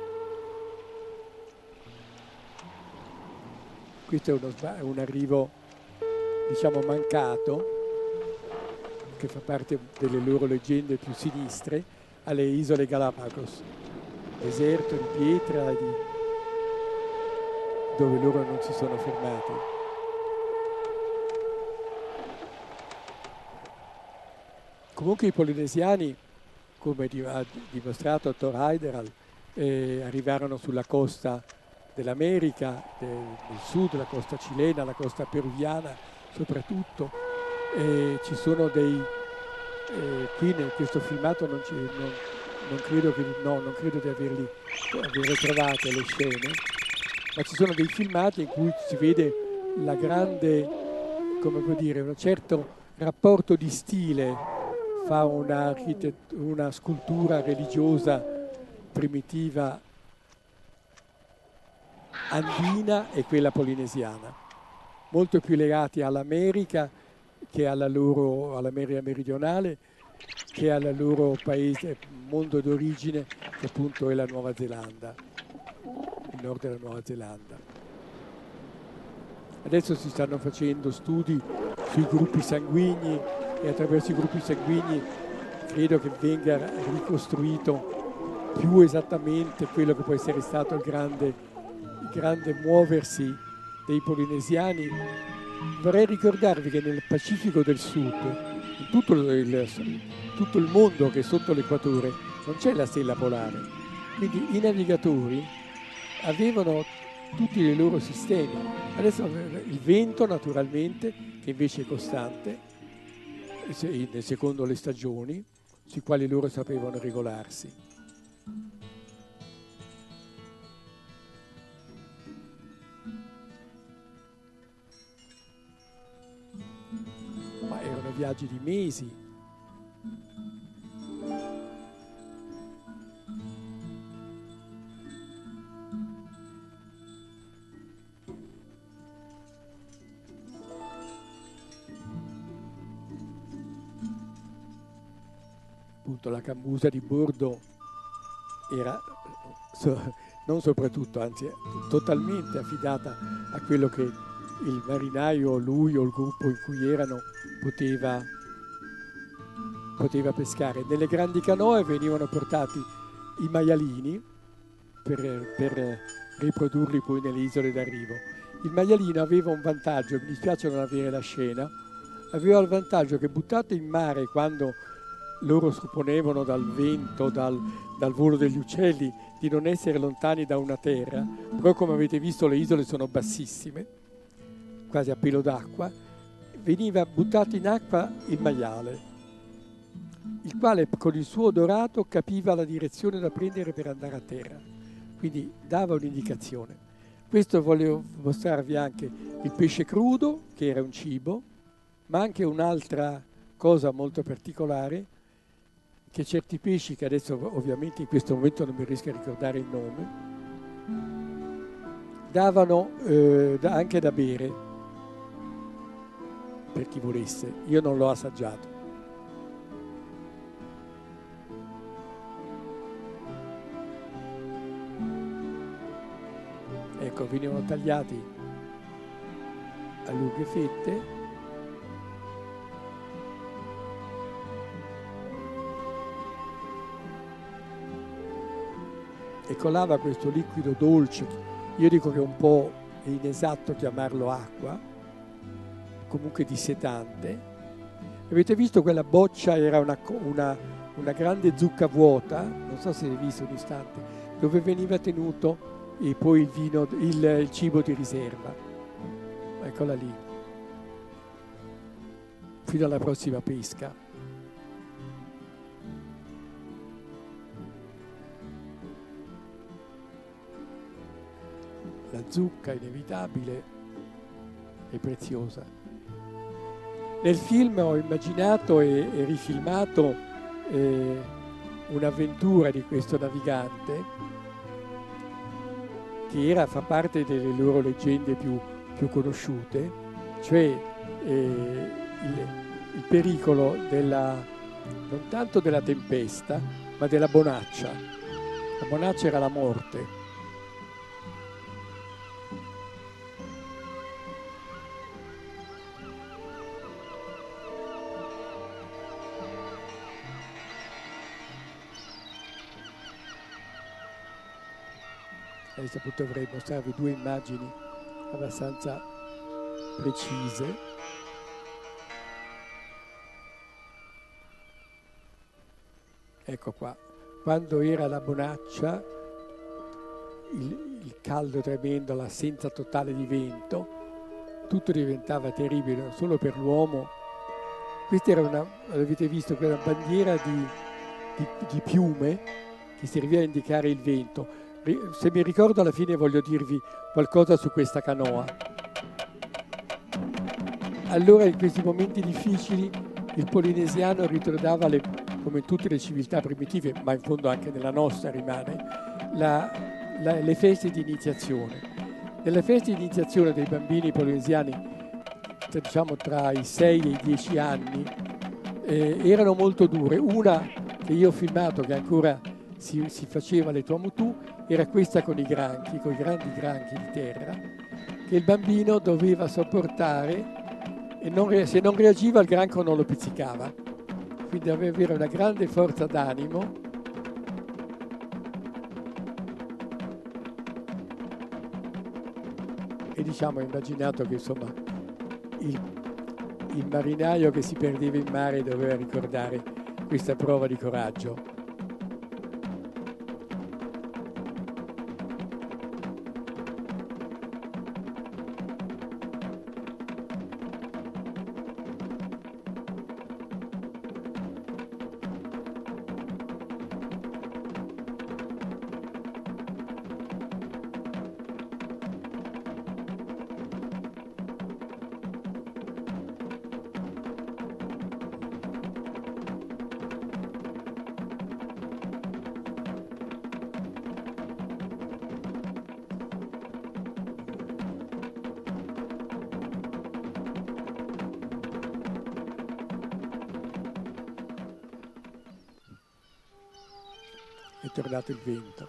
S1: Questo è uno, un arrivo, diciamo, mancato, che fa parte delle loro leggende più sinistre, alle isole Galapagos, deserto di pietra di, dove loro non si sono fermati. Comunque i polinesiani, come ha dimostrato Thor Heyerdahl, eh, arrivarono sulla costa dell'America, del, del sud, la costa cilena, la costa peruviana soprattutto. E ci sono dei... Eh, qui in questo filmato non, non, non, credo che, no, non credo di averli avere trovate le scene, ma ci sono dei filmati in cui si vede la grande, come può dire, un certo rapporto di stile. Fa una, una scultura religiosa primitiva andina e quella polinesiana, molto più legati all'America che alla loro, all'America meridionale, che al loro paese, mondo d'origine, che appunto è la Nuova Zelanda, il nord della Nuova Zelanda. Adesso si stanno facendo studi sui gruppi sanguigni e attraverso i gruppi sanguigni credo che venga ricostruito più esattamente quello che può essere stato il grande, il grande muoversi dei polinesiani. Vorrei ricordarvi che nel Pacifico del Sud, in tutto il, tutto il mondo che è sotto l'equatore, non c'è la stella polare. Quindi i navigatori avevano tutti i loro sistemi. Adesso il vento, naturalmente, che invece è costante, secondo le stagioni, sui quali loro sapevano regolarsi. Ma erano viaggi di mesi. Appunto la cambusa di bordo era so, non soprattutto, anzi totalmente affidata a quello che il marinaio, lui o il gruppo in cui erano, poteva, poteva pescare. Nelle grandi canoe venivano portati i maialini per, per riprodurli poi nelle isole d'arrivo. Il maialino aveva un vantaggio, mi dispiace non avere la scena, aveva il vantaggio che buttato in mare quando loro supponevano dal vento, dal, dal volo degli uccelli, di non essere lontani da una terra, però come avete visto le isole sono bassissime, quasi a pelo d'acqua, veniva buttato in acqua il maiale, il quale con il suo odorato capiva la direzione da prendere per andare a terra, quindi dava un'indicazione. Questo volevo mostrarvi anche il pesce crudo, che era un cibo, ma anche un'altra cosa molto particolare, che certi pesci, che adesso ovviamente in questo momento non mi riesco a ricordare il nome, davano eh, da, anche da bere per chi volesse. Io non l'ho assaggiato. Ecco, venivano tagliati a lunghe fette. E colava questo liquido dolce, io dico che è un po' inesatto chiamarlo acqua, comunque dissetante. Avete visto quella boccia, era una, una, una grande zucca vuota, non so se avete visto un istante, dove veniva tenuto e poi il, vino, il, il cibo di riserva. Eccola lì. Fino alla prossima pesca. La zucca inevitabile e preziosa. Nel film ho immaginato e, e rifilmato eh, un'avventura di questo navigante che era, fa parte delle loro leggende più, più conosciute, cioè eh, il, il pericolo della, non tanto della tempesta, ma della bonaccia. La bonaccia era la morte. Adesso potrei mostrarvi due immagini abbastanza precise. Ecco qua, quando era la bonaccia, il, il caldo tremendo, l'assenza totale di vento, tutto diventava terribile, non solo per l'uomo. Questa era una, avete visto, quella bandiera di, di, di piume che serviva a indicare il vento. Se mi ricordo, alla fine voglio dirvi qualcosa su questa canoa. Allora, in questi momenti difficili, il polinesiano ricordava, le, come in tutte le civiltà primitive, ma in fondo anche nella nostra rimane, la, la, le feste di iniziazione. Nelle feste di iniziazione dei bambini polinesiani, diciamo tra i sei e i dieci anni, eh, erano molto dure. Una che io ho filmato, che ancora si, si faceva alle Tuamotu, era questa con i granchi, con i grandi granchi di terra, che il bambino doveva sopportare e non, se non reagiva il granco non lo pizzicava. Quindi doveva avere una grande forza d'animo e diciamo, immaginato che insomma il, il marinaio che si perdeva in mare doveva ricordare questa prova di coraggio. È tornato il vento.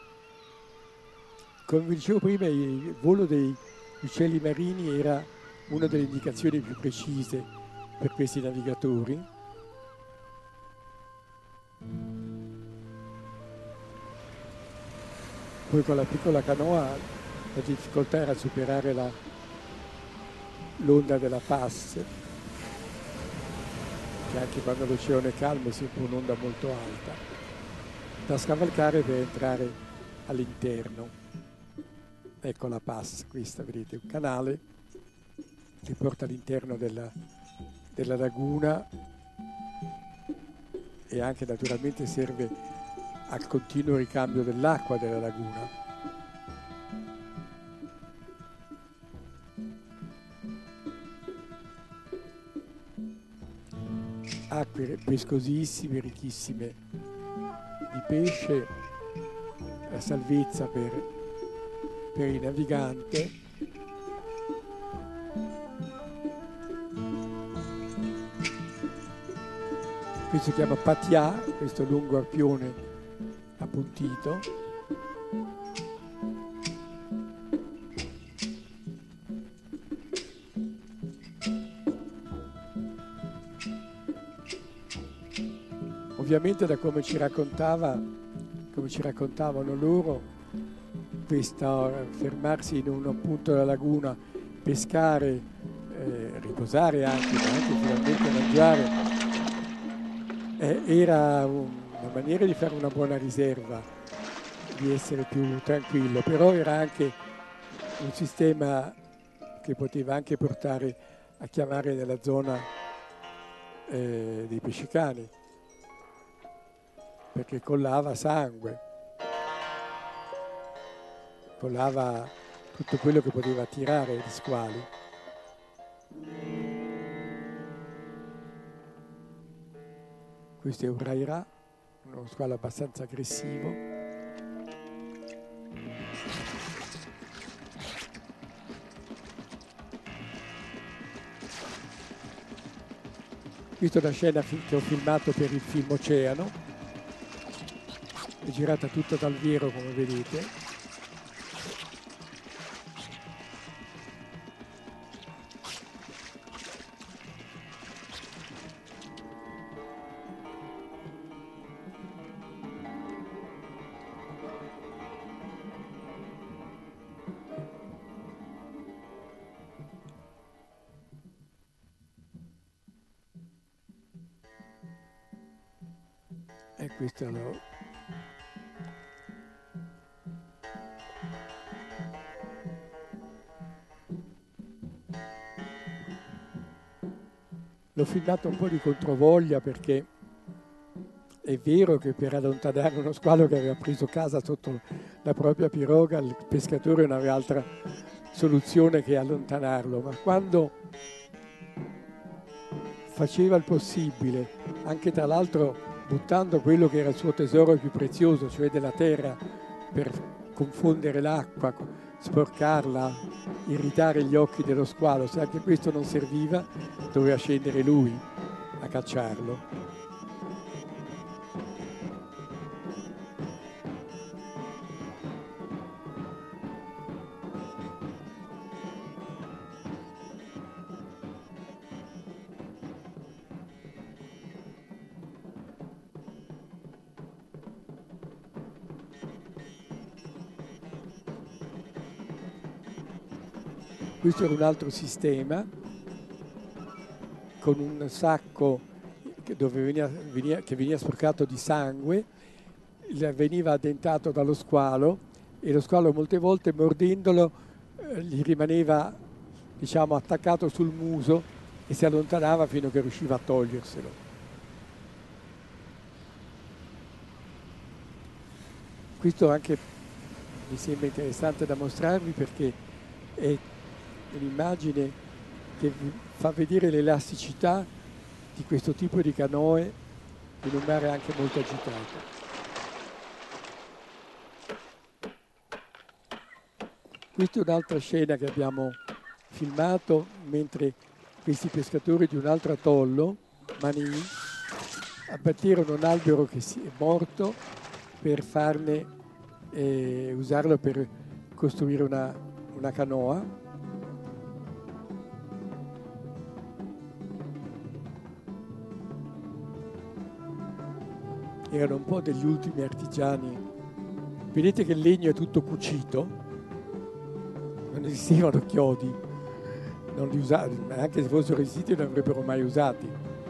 S1: Come vi dicevo prima, il volo degli uccelli marini era una delle indicazioni più precise per questi navigatori. Poi con la piccola canoa la difficoltà era superare la, l'onda della Pass, che anche quando l'oceano è calmo è sempre un'onda molto alta, da scavalcare per entrare all'interno. Ecco la Pass, questa vedete, un canale che porta all'interno della, della laguna e anche naturalmente serve al continuo ricambio dell'acqua della laguna. Acque pescosissime, ricchissime di pesce, la salvezza per, per il navigante. Questo si chiama patia, questo lungo arpione appuntito. Ovviamente da come ci raccontava, come ci raccontavano loro, questo fermarsi in un punto della laguna, pescare, eh, riposare anche, ma anche finalmente mangiare, eh, era una maniera di fare una buona riserva, di essere più tranquillo, però era anche un sistema che poteva anche portare a chiamare nella zona eh, dei pescicani, perché collava sangue, collava tutto quello che poteva attirare gli squali. Questo è un rairà, uno squalo abbastanza aggressivo. Questa è una scena che ho filmato per il film Oceano, è girata tutta dal vero come vedete. E questo lo... L'ho filmato un po' di controvoglia perché è vero che per allontanare uno squalo che aveva preso casa sotto la propria piroga il pescatore non aveva altra soluzione che allontanarlo, ma quando faceva il possibile, anche tra l'altro buttando quello che era il suo tesoro più prezioso, cioè della terra, per confondere l'acqua, sporcarla, irritare gli occhi dello squalo, se anche questo non serviva, doveva scendere lui a cacciarlo. Questo era un altro sistema con un sacco che, dove veniva, veniva, che veniva sporcato di sangue, veniva addentato dallo squalo e lo squalo molte volte mordendolo eh, gli rimaneva, diciamo, attaccato sul muso e si allontanava fino a che riusciva a toglierselo. Questo anche mi sembra interessante da mostrarvi perché è un'immagine che fa vedere l'elasticità di questo tipo di canoe in un mare anche molto agitato. Questa è un'altra scena che abbiamo filmato mentre questi pescatori di un altro atollo, Mani, abbatterono un albero che si è morto per farne, eh, usarlo per costruire una, una canoa. Erano un po' degli ultimi artigiani Vedete che il legno è tutto cucito, non esistevano chiodi, non li usati, anche se fossero esistiti non avrebbero mai usati.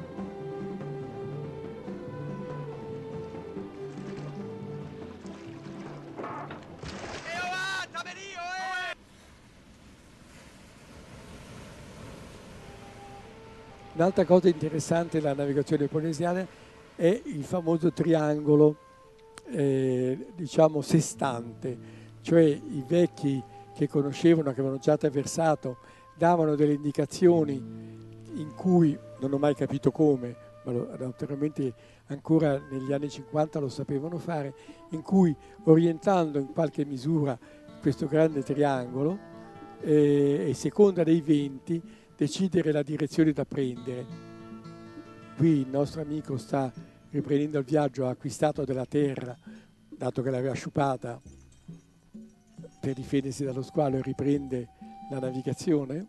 S1: Un'altra cosa interessante della navigazione polinesiana è il famoso triangolo, eh, diciamo, sestante, cioè i vecchi che conoscevano, che avevano già attraversato, davano delle indicazioni in cui, non ho mai capito come, ma lo, naturalmente ancora negli anni cinquanta lo sapevano fare, in cui orientando in qualche misura questo grande triangolo, eh, e seconda dei venti, decidere la direzione da prendere. Qui il nostro amico sta riprendendo il viaggio, ha acquistato della terra, dato che l'aveva sciupata per difendersi dallo squalo, e riprende la navigazione.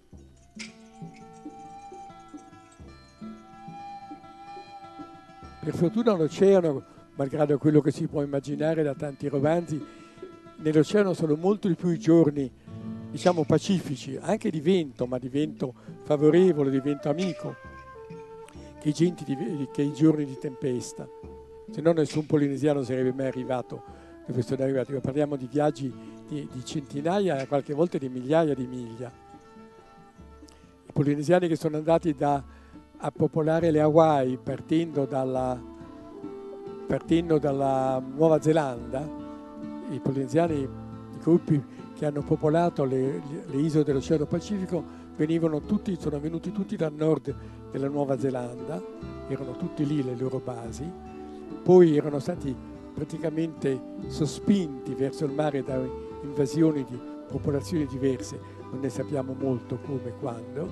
S1: Per fortuna l'oceano, malgrado quello che si può immaginare da tanti romanzi, nell'oceano sono molto di più i giorni, diciamo, pacifici, anche di vento, ma di vento favorevole, di vento amico, che i, genti di, che i giorni di tempesta. Se no nessun polinesiano sarebbe mai arrivato dove sono arrivati. Parliamo di viaggi di, di centinaia e qualche volta di migliaia di miglia. I polinesiani che sono andati da, a popolare le Hawaii partendo dalla, partendo dalla Nuova Zelanda, i polinesiani, i gruppi che hanno popolato le, le isole dell'Oceano Pacifico, venivano tutti, sono venuti tutti dal nord della Nuova Zelanda, erano tutti lì le loro basi, poi erano stati praticamente sospinti verso il mare da invasioni di popolazioni diverse, non ne sappiamo molto come e quando,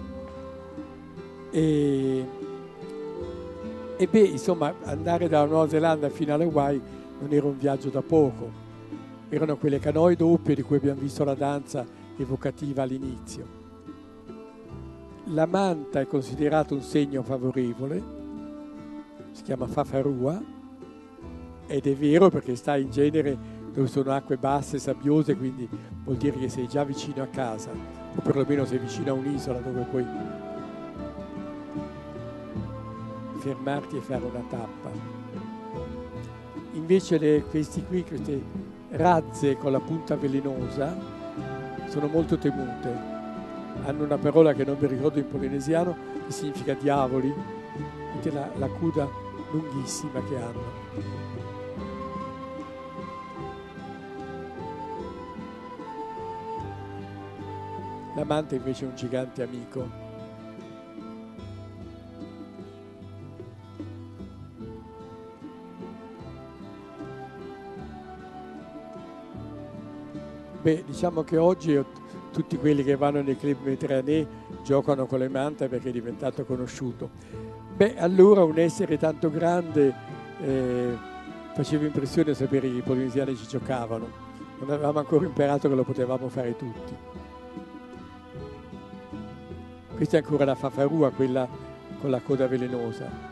S1: e, e beh, insomma, andare dalla Nuova Zelanda fino alle Hawaii non era un viaggio da poco. Erano quelle canoe doppie di cui abbiamo visto la danza evocativa all'inizio. La manta è considerata un segno favorevole, si chiama Fafarua, ed è vero perché sta in genere dove sono acque basse, sabbiose, quindi vuol dire che sei già vicino a casa, o perlomeno sei vicino a un'isola dove puoi fermarti e fare una tappa. Invece le, questi qui, queste razze con la punta velenosa, sono molto temute. Hanno una parola che non mi ricordo in polinesiano, che significa diavoli, vedete la, la coda lunghissima che hanno. La manta invece è un gigante amico. Beh, diciamo che oggi tutti quelli che vanno nei club mediterranei giocano con le mante perché è diventato conosciuto. Beh, allora un essere tanto grande eh, faceva impressione sapere che i polinesiani ci giocavano. Non avevamo ancora imparato che lo potevamo fare tutti. Questa è ancora la Fafarua, quella con la coda velenosa.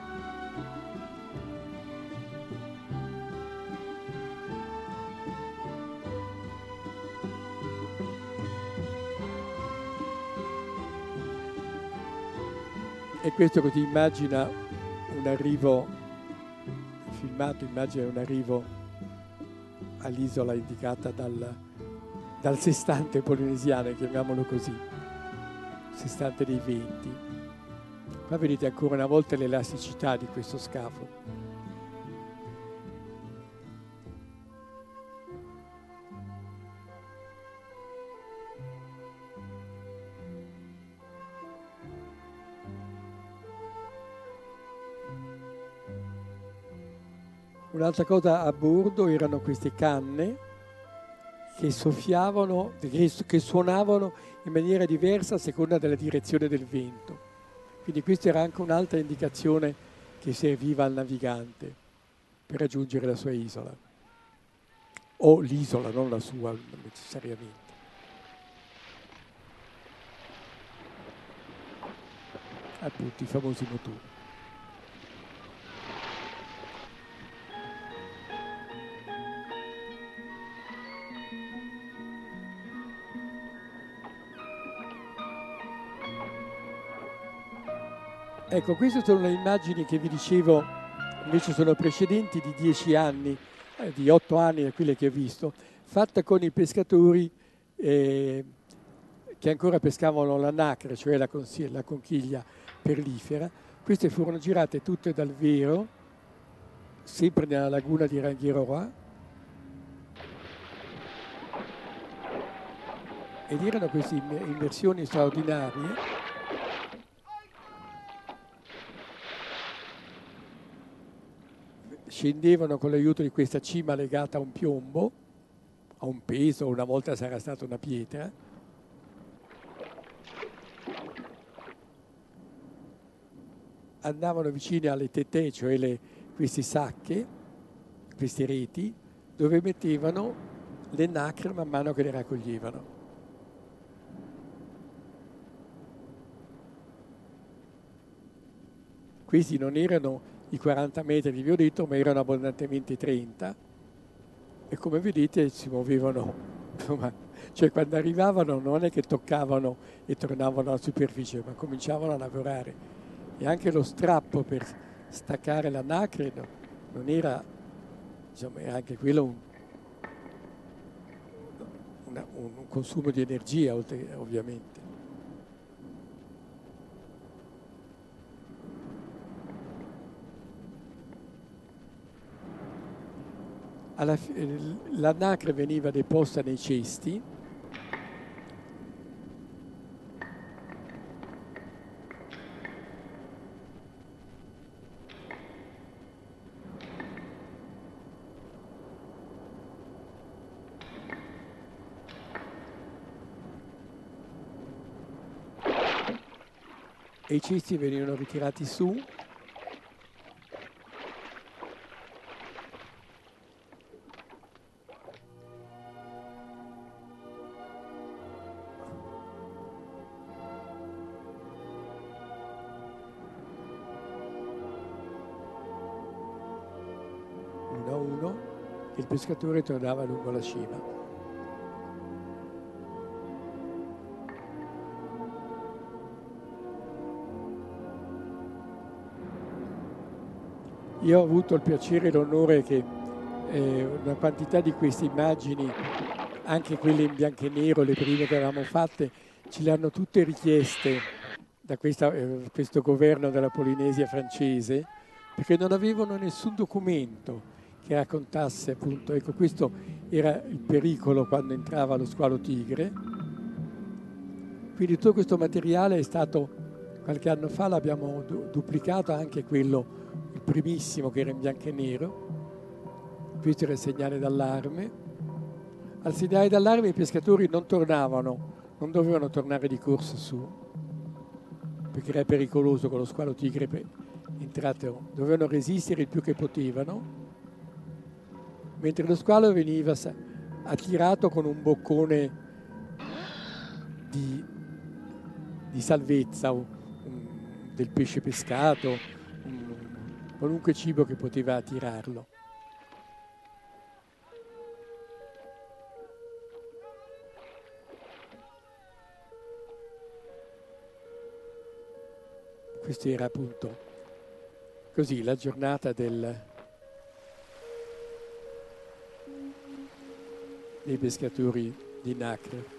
S1: E questo così immagina un arrivo, filmato immagina un arrivo all'isola indicata dal, dal sestante polinesiano, chiamiamolo così, sestante dei venti. Qua vedete ancora una volta l'elasticità di questo scafo. Un'altra cosa a bordo erano queste canne che soffiavano, che suonavano in maniera diversa a seconda della direzione del vento. Quindi questa era anche un'altra indicazione che serviva al navigante per raggiungere la sua isola. O l'isola, non la sua necessariamente. Appunto, i famosi motori. Ecco, queste sono le immagini che vi dicevo, invece sono precedenti di dieci anni, eh, di otto anni da quelle che ho visto, fatta con i pescatori eh, che ancora pescavano la nacre, cioè la, consi- la conchiglia perlifera. Queste furono girate tutte dal vero, sempre nella laguna di Rangiroa, ed erano queste im- immersioni straordinarie. Scendevano con l'aiuto di questa cima legata a un piombo, a un peso, una volta sarà stata una pietra. Andavano vicini alle tetè, cioè le, queste sacche, queste reti, dove mettevano le nacre man mano che le raccoglievano. Questi non erano i quaranta metri che vi ho detto, ma erano abbondantemente trenta, e come vedete si muovevano, insomma, cioè quando arrivavano non è che toccavano e tornavano alla superficie, ma cominciavano a lavorare. E anche lo strappo per staccare la nacre no, non era, diciamo, era anche quello un, una, un consumo di energia, oltre, ovviamente. Alla, la nacre veniva deposta nei cesti e i cesti venivano ritirati su. Uno a uno, e il pescatore tornava lungo la cima. Io ho avuto il piacere e l'onore che eh, una quantità di queste immagini, anche quelle in bianco e nero, le prime che avevamo fatte, ce le hanno tutte richieste da questa, eh, questo governo della Polinesia francese, perché non avevano nessun documento che raccontasse appunto, ecco, questo era il pericolo quando entrava lo squalo tigre. Quindi tutto questo materiale è stato, qualche anno fa l'abbiamo du- duplicato, anche quello, il primissimo che era in bianco e nero. Questo era il segnale d'allarme. Al segnale d'allarme i pescatori non tornavano, non dovevano tornare di corsa su, perché era pericoloso con lo squalo tigre entrato, dovevano resistere il più che potevano, mentre lo squalo veniva attirato con un boccone di, di salvezza, un, un, del pesce pescato, un, qualunque cibo che poteva attirarlo. Questa era appunto così la giornata del, dei pescatori di nacre.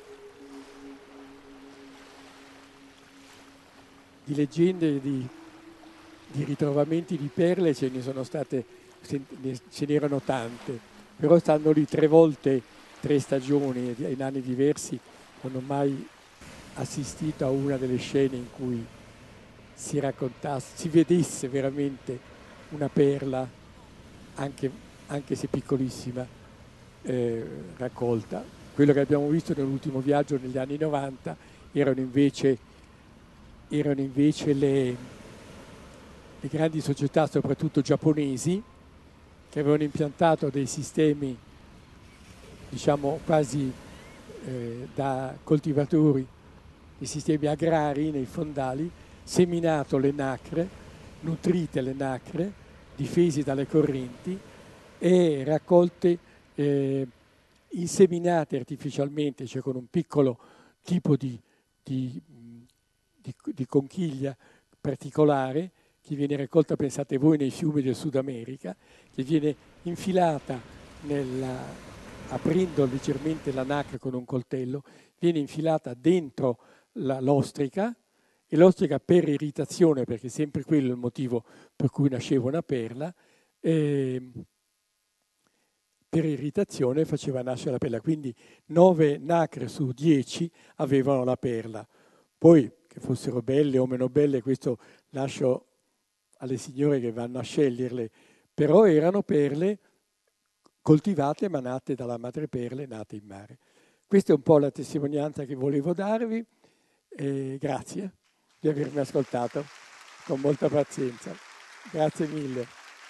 S1: Di leggende, di, di ritrovamenti di perle ce ne sono state, ce n'erano tante, però stanno lì tre volte, tre stagioni in anni diversi, non ho mai assistito a una delle scene in cui si raccontasse, si vedesse veramente una perla, anche, anche se piccolissima, eh, raccolta. Quello che abbiamo visto nell'ultimo viaggio negli anni novanta erano invece, erano invece le, le grandi società, soprattutto giapponesi, che avevano impiantato dei sistemi, diciamo, quasi eh, da coltivatori, dei sistemi agrari nei fondali, seminato le nacre, nutrite le nacre, difesi dalle correnti e raccolte, eh, inseminate artificialmente, cioè con un piccolo tipo di, di, di, di conchiglia particolare che viene raccolta, pensate voi, nei fiumi del Sud America, che viene infilata nella, aprendo leggermente la nacre con un coltello, viene infilata dentro la, l'ostrica, e l'ostrica per irritazione, perché sempre quello è il motivo per cui nasceva una perla, eh, per irritazione faceva nascere la perla. Quindi nove nacre su dieci avevano la perla. Poi, che fossero belle o meno belle, questo lascio alle signore che vanno a sceglierle, però erano perle coltivate ma nate dalla madreperle, nate in mare. Questa è un po' la testimonianza che volevo darvi, e grazie di avermi ascoltato con molta pazienza. Grazie mille.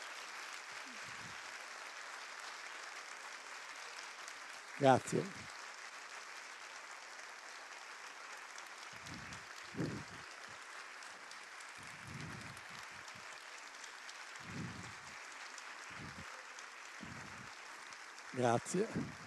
S1: Grazie. Grazie.